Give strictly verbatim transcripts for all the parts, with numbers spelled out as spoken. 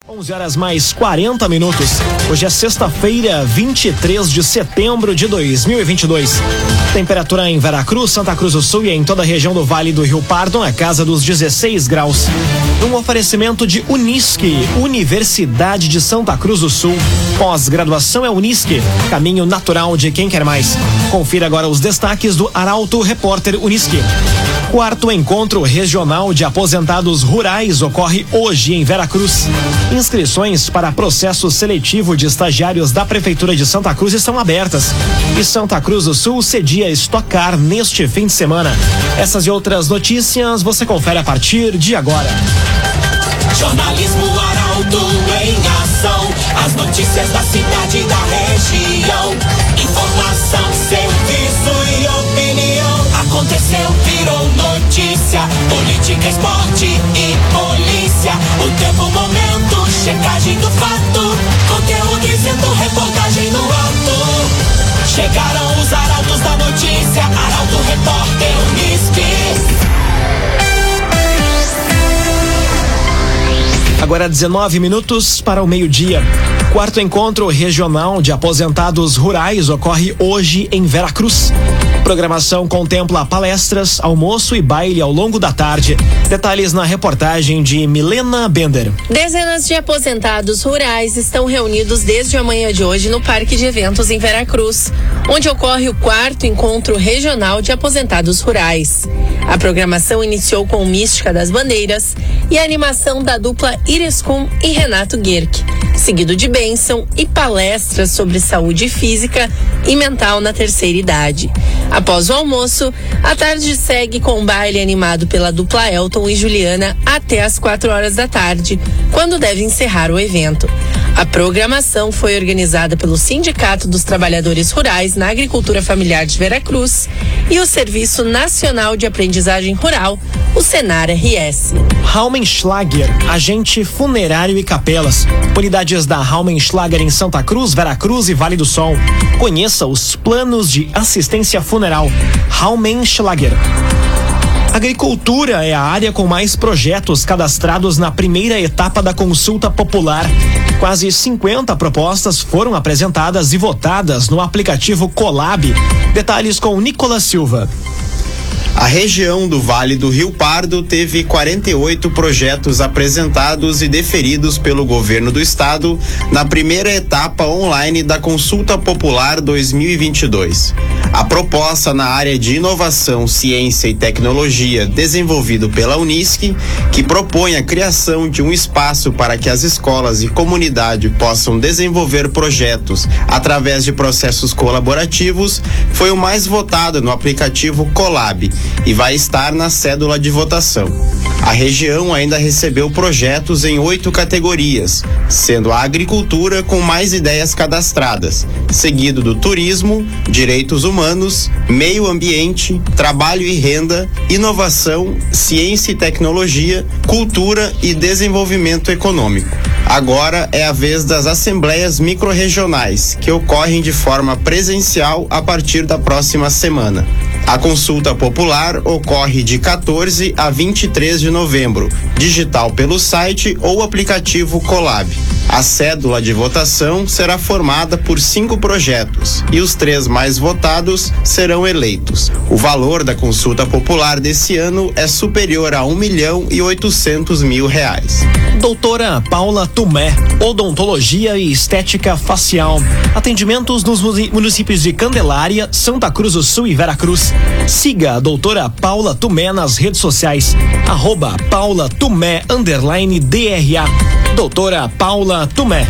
onze horas mais quarenta minutos. Hoje é sexta-feira, vinte e três de setembro de dois mil e vinte e dois. Temperatura em Veracruz, Santa Cruz do Sul e em toda a região do Vale do Rio Pardo na casa dos dezesseis graus. Um oferecimento de Unisque, Universidade de Santa Cruz do Sul. Pós-graduação é Unisque, caminho natural de quem quer mais. Confira agora os destaques do Arauto Repórter Unisque. Quarto encontro regional de aposentados rurais ocorre hoje em Veracruz. Inscrições para processo seletivo de estagiários da Prefeitura de Santa Cruz estão abertas. E Santa Cruz do Sul cedia Stock Car neste fim de semana. Essas e outras notícias você confere a partir de agora. Jornalismo Arauto em ação. As notícias da cidade e da região. Informação, serviço e opinião. Aconteceu, virou notícia. Política, esporte e polícia. O tempo, momento, checagem do fato. Conteúdo dizendo, reportagem no ato. Chegaram os arautos da notícia. Arauto Repórter Unisque. Agora dezenove minutos para o meio-dia. Quarto encontro regional de aposentados rurais ocorre hoje em Veracruz. Programação contempla palestras, almoço e baile ao longo da tarde. Detalhes na reportagem de Milena Bender. Dezenas de aposentados rurais estão reunidos desde a manhã de hoje no Parque de Eventos em Veracruz, onde ocorre o quarto encontro regional de aposentados rurais. A programação iniciou com Mística das Bandeiras e a animação da dupla Irescum e Renato Guerck, seguido de bênção e palestras sobre saúde física e mental na terceira idade. Após o almoço, a tarde segue com um baile animado pela dupla Elton e Juliana até às quatro horas da tarde, quando deve encerrar o evento. A programação foi organizada pelo Sindicato dos Trabalhadores Rurais na Agricultura Familiar de Veracruz e o Serviço Nacional de Aprendizagem Rural, o Senar R S. Raumenschlager, agente funerário e capelas. Unidades da Raumenschlager em Santa Cruz, Veracruz e Vale do Sol. Conheça os planos de assistência funeral. Raumenschlager. Agricultura é a área com mais projetos cadastrados na primeira etapa da consulta popular. Quase cinquenta propostas foram apresentadas e votadas no aplicativo Colab. Detalhes com Nicolas Silva. A região do Vale do Rio Pardo teve quarenta e oito projetos apresentados e deferidos pelo governo do estado na primeira etapa online da Consulta Popular dois mil e vinte e dois. A proposta na área de inovação, ciência e tecnologia desenvolvido pela Unisque, que propõe a criação de um espaço para que as escolas e comunidade possam desenvolver projetos através de processos colaborativos, foi o mais votado no aplicativo Colab e vai estar na cédula de votação. A região ainda recebeu projetos em oito categorias, sendo a agricultura com mais ideias cadastradas, seguido do turismo, direitos humanos, meio ambiente, trabalho e renda, inovação, ciência e tecnologia, cultura e desenvolvimento econômico. Agora é a vez das assembleias microrregionais, que ocorrem de forma presencial a partir da próxima semana. A consulta popular ocorre de quatorze a vinte e três de novembro, digital pelo site ou aplicativo Colab. A cédula de votação será formada por cinco projetos e os três mais votados serão eleitos. O valor da consulta popular desse ano é superior a um milhão e oitocentos mil reais. Doutora Paula Tumé, odontologia e estética facial. Atendimentos nos municípios de Candelária, Santa Cruz do Sul e Veracruz. Siga a doutora Paula Tumé nas redes sociais. Arroba Paula Tumé, underline D R A. Doutora Paula Tumé.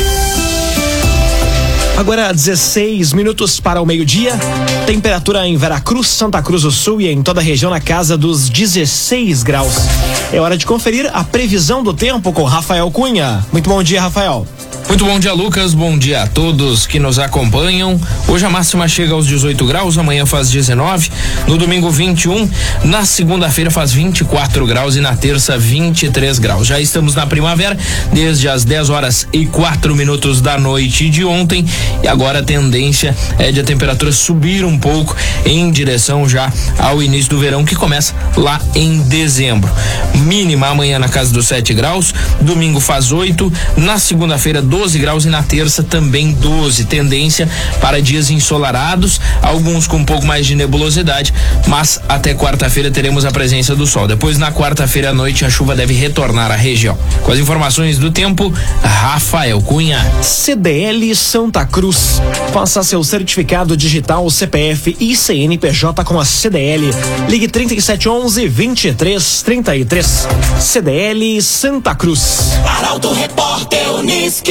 Agora dezesseis minutos para o meio-dia. Temperatura em Veracruz, Santa Cruz do Sul e em toda a região na casa dos dezesseis graus. É hora de conferir a previsão do tempo com Rafael Cunha. Muito bom dia, Rafael. Muito bom dia, Lucas. Bom dia a todos que nos acompanham. Hoje a máxima chega aos dezoito graus, amanhã faz dezenove, no domingo vinte e um, na segunda-feira faz vinte e quatro graus e na terça vinte e três graus. Já estamos na primavera desde as dez horas e quatro minutos da noite de ontem e agora a tendência é de a temperatura subir um pouco em direção já ao início do verão, que começa lá em dezembro. Mínima amanhã na casa dos sete graus, domingo faz oito, na segunda-feira doze graus e na terça também doze. Tendência para dias ensolarados, alguns com um pouco mais de nebulosidade, mas até quarta-feira teremos a presença do sol. Depois, na quarta-feira à noite, a chuva deve retornar à região. Com as informações do tempo, Rafael Cunha. C D L Santa Cruz. Faça seu certificado digital, C P F e C N P J com a C D L. Ligue trinta e sete onze, vinte e três trinta e três. C D L Santa Cruz. Arauto Repórter Unisque.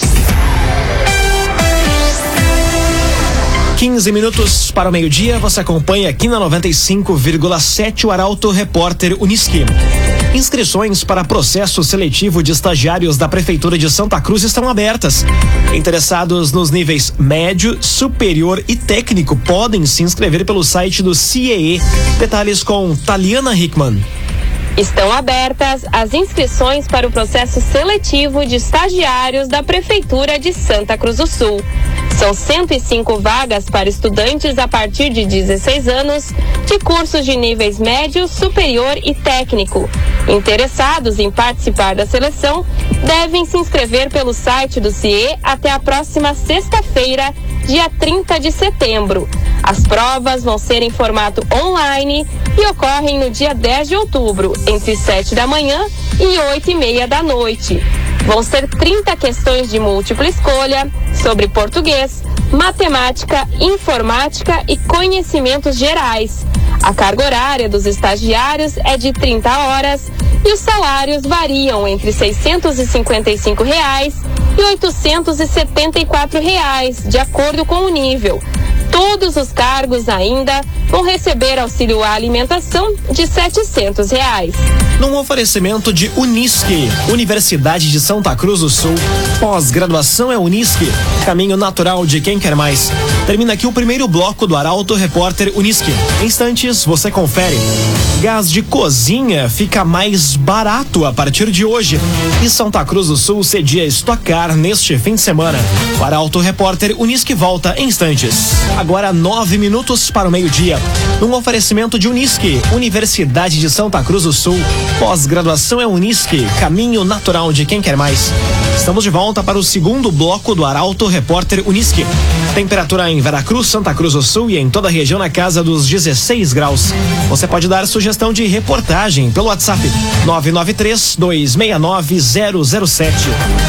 quinze minutos para o meio-dia, você acompanha aqui na noventa e cinco vírgula sete o Arauto Repórter Unisque. Inscrições para processo seletivo de estagiários da Prefeitura de Santa Cruz estão abertas. Interessados nos níveis médio, superior e técnico podem se inscrever pelo site do C I E E. Detalhes com Taliana Hickman. Estão abertas as inscrições para o processo seletivo de estagiários da Prefeitura de Santa Cruz do Sul. São cento e cinco vagas para estudantes a partir de dezesseis anos, de cursos de níveis médio, superior e técnico. Interessados em participar da seleção devem se inscrever pelo site do C I E até a próxima sexta-feira, dia trinta de setembro. As provas vão ser em formato online e ocorrem no dia dez de outubro, entre sete da manhã e oito e meia da noite. Vão ser trinta questões de múltipla escolha sobre português, matemática, informática e conhecimentos gerais. A carga horária dos estagiários é de trinta horas e os salários variam entre seiscentos e cinquenta e cinco reais e oitocentos e setenta e quatro reais, de acordo com o nível. Todos os cargos ainda vão receber auxílio à alimentação de setecentos reais. Num oferecimento de Unisque, Universidade de Santa Cruz do Sul. Pós-graduação é Unisque, caminho natural de quem quer mais. Termina aqui o primeiro bloco do Arauto Repórter Unisque. Em instantes, você confere. Gás de cozinha fica mais barato a partir de hoje. E Santa Cruz do Sul cedia estocar neste fim de semana. O Arauto Repórter Unisque volta em instantes. Agora nove minutos para o meio-dia. Um oferecimento de Unisque, Universidade de Santa Cruz do Sul. Pós-graduação é Unisque, caminho natural de quem quer mais. Estamos de volta para o segundo bloco do Arauto Repórter Unisque. Temperatura em Veracruz, Santa Cruz do Sul e em toda a região na casa dos dezesseis graus. Você pode dar sugestão de reportagem pelo WhatsApp nove nove três, dois seis nove, zero zero sete.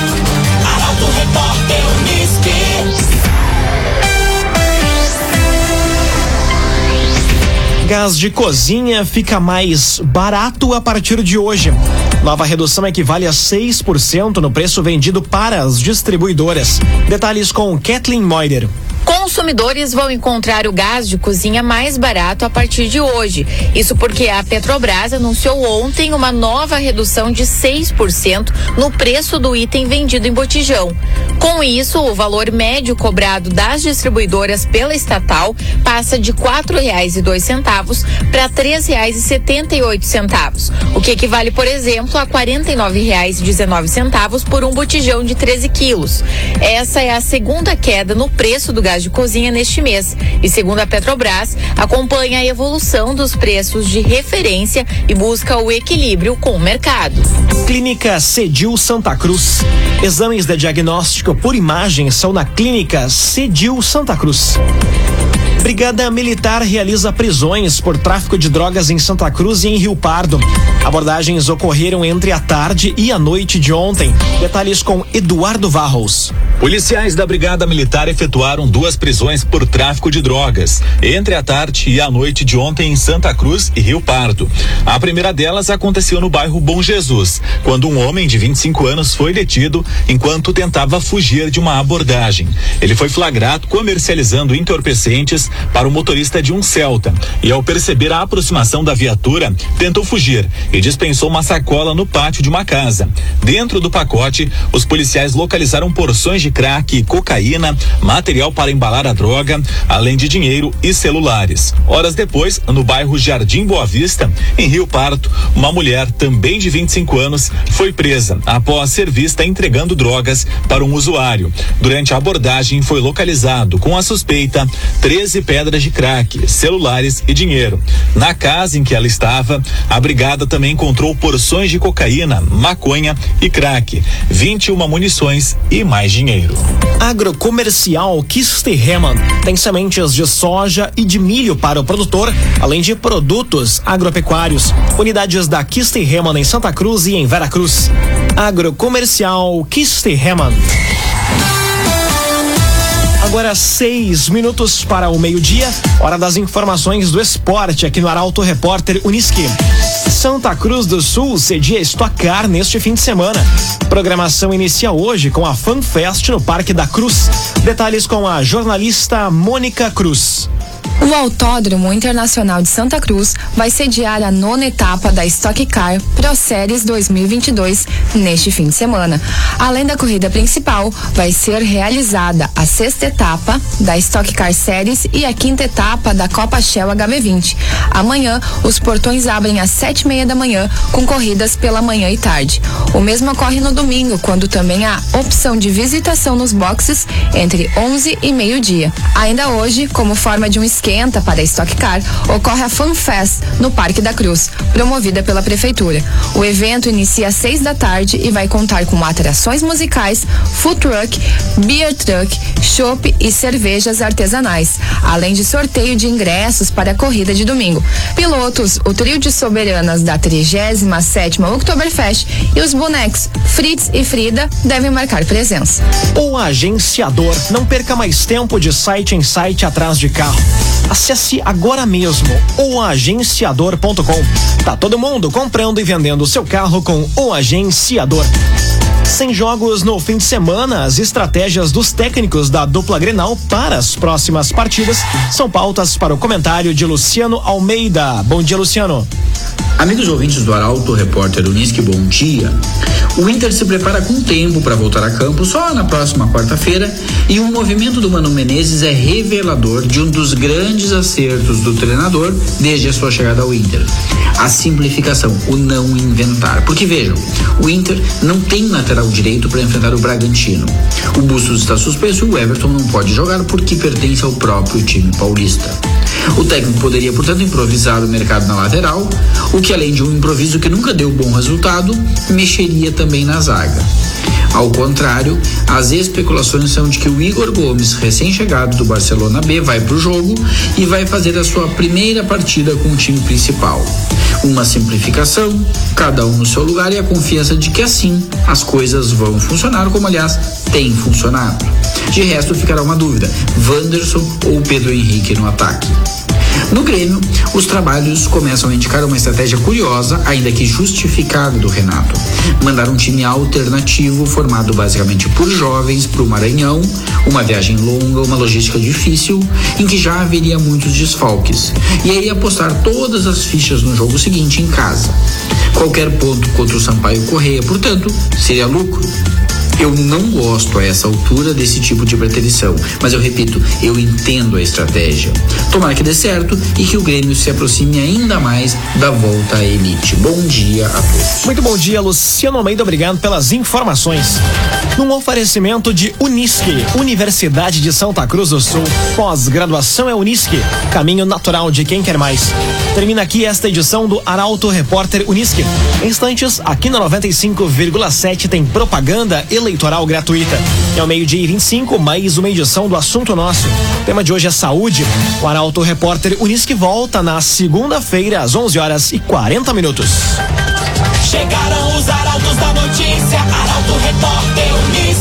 Arauto Repórter Unisque. Gás de cozinha fica mais barato a partir de hoje. Nova redução equivale a seis por cento no preço vendido para as distribuidoras. Detalhes com Kathleen Moider. Consumidores vão encontrar o gás de cozinha mais barato a partir de hoje. Isso porque a Petrobras anunciou ontem uma nova redução de seis por cento no preço do item vendido em botijão. Com isso, o valor médio cobrado das distribuidoras pela estatal passa de quatro reais e dois centavos para três reais e setenta e oito centavos, o que equivale, por exemplo, a quarenta e nove reais e dezenove centavos por um botijão de treze quilos. Essa é a segunda queda no preço do gás de cozinha neste mês e, segundo a Petrobras, acompanha a evolução dos preços de referência e busca o equilíbrio com o mercado. Clínica Cedil Santa Cruz. Exames de diagnóstico por imagem são na Clínica Cedil Santa Cruz. Brigada Militar realiza prisões por tráfico de drogas em Santa Cruz e em Rio Pardo. Abordagens ocorreram entre a tarde e a noite de ontem. Detalhes com Eduardo Varros. Policiais da Brigada Militar efetuaram duas prisões por tráfico de drogas entre a tarde e a noite de ontem em Santa Cruz e Rio Pardo. A primeira delas aconteceu no bairro Bom Jesus, quando um homem de vinte e cinco anos foi detido enquanto tentava fugir de uma abordagem. Ele foi flagrado comercializando entorpecentes para o motorista de um Celta e, ao perceber a aproximação da viatura, tentou fugir e dispensou uma sacola no pátio de uma casa. Dentro do pacote, os policiais localizaram porções de crack e cocaína, material para embalar a droga, além de dinheiro e celulares. Horas depois, no bairro Jardim Boa Vista, em Rio Pardo, uma mulher, também de vinte e cinco anos, foi presa após ser vista entregando drogas para um usuário. Durante a abordagem, foi localizado com a suspeita treze pedras de crack, celulares e dinheiro. Na casa em que ela estava, a brigada também encontrou porções de cocaína, maconha e crack, vinte e uma munições e mais dinheiro. Agrocomercial Kisterreman tem sementes de soja e de milho para o produtor, além de produtos agropecuários. Unidades da Kisterreman em Santa Cruz e em Veracruz. Agrocomercial Kisterreman. Agora seis minutos para o meio-dia, hora das informações do esporte aqui no Arauto Repórter Unisque. Santa Cruz do Sul cedia Stock Car neste fim de semana. Programação inicia hoje com a FanFest no Parque da Cruz. Detalhes com a jornalista Mônica Cruz. O Autódromo Internacional de Santa Cruz vai sediar a nona etapa da Stock Car Pro Series dois mil e vinte e dois neste fim de semana. Além da corrida principal, vai ser realizada a sexta etapa da Stock Car Series e a quinta etapa da Copa Shell H B vinte. Amanhã, os portões abrem às sete e meia da manhã, com corridas pela manhã e tarde. O mesmo ocorre no domingo, quando também há opção de visitação nos boxes entre onze e meio-dia. Ainda hoje, como forma de um esquenta para a Stock Car, ocorre a FanFest no Parque da Cruz, promovida pela Prefeitura. O evento inicia às seis da tarde e vai contar com atrações musicais, food truck, beer truck, chopp e cervejas artesanais, além de sorteio de ingressos para a corrida de domingo. Pilotos, o trio de soberanas da trigésima sétima Oktoberfest e os bonecos Fritz e Frida devem marcar presença. O agenciador, não perca mais tempo de site em site atrás de carro. Acesse agora mesmo o agenciador ponto com. Tá todo mundo comprando e vendendo seu carro com o Agenciador. Sem jogos no fim de semana, as estratégias dos técnicos da dupla Grenal para as próximas partidas são pautas para o comentário de Luciano Almeida. Bom dia, Luciano. Amigos ouvintes do Arauto Repórter Unisque, bom dia. O Inter se prepara com tempo para voltar a campo só na próxima quarta-feira e o movimento do Mano Menezes é revelador de um dos grandes acertos do treinador desde a sua chegada ao Inter. A simplificação, o não inventar. Porque vejam, o Inter não tem lateral direito para enfrentar o Bragantino. O Bustos está suspenso e o Everton não pode jogar porque pertence ao próprio time paulista. O técnico poderia, portanto, improvisar o mercado na lateral, o que, além de um improviso que nunca deu bom resultado, mexeria também na zaga. Ao contrário, as especulações são de que o Igor Gomes, recém-chegado do Barcelona B, vai para o jogo e vai fazer a sua primeira partida com o time principal. Uma simplificação, cada um no seu lugar e a confiança de que assim as coisas vão funcionar, como aliás tem funcionado. De resto, ficará uma dúvida: Wanderson ou Pedro Henrique no ataque? No Grêmio, os trabalhos começam a indicar uma estratégia curiosa, ainda que justificada, do Renato. Mandar um time alternativo, formado basicamente por jovens, para o Maranhão, uma viagem longa, uma logística difícil, em que já haveria muitos desfalques. E aí apostar todas as fichas no jogo seguinte em casa. Qualquer ponto contra o Sampaio Corrêa, portanto, seria lucro. Eu não gosto a essa altura desse tipo de preterição, mas eu repito, eu entendo a estratégia. Tomara que dê certo e que o Grêmio se aproxime ainda mais da volta à elite. Bom dia a todos. Muito bom dia, Luciano Almeida, obrigado pelas informações. Num oferecimento de Unisque, Universidade de Santa Cruz do Sul, pós-graduação é Unisque, caminho natural de quem quer mais. Termina aqui esta edição do Arauto Repórter Unisque. Em instantes, aqui na noventa e cinco vírgula sete tem propaganda eleitoral gratuita. É o meio-dia e vinte e cinco, mais uma edição do Assunto Nosso. O tema de hoje é saúde. O Arauto Repórter Unisque volta na segunda-feira, às onze horas e quarenta minutos. Chegaram os arautos da notícia, Arauto Repórter Unisque.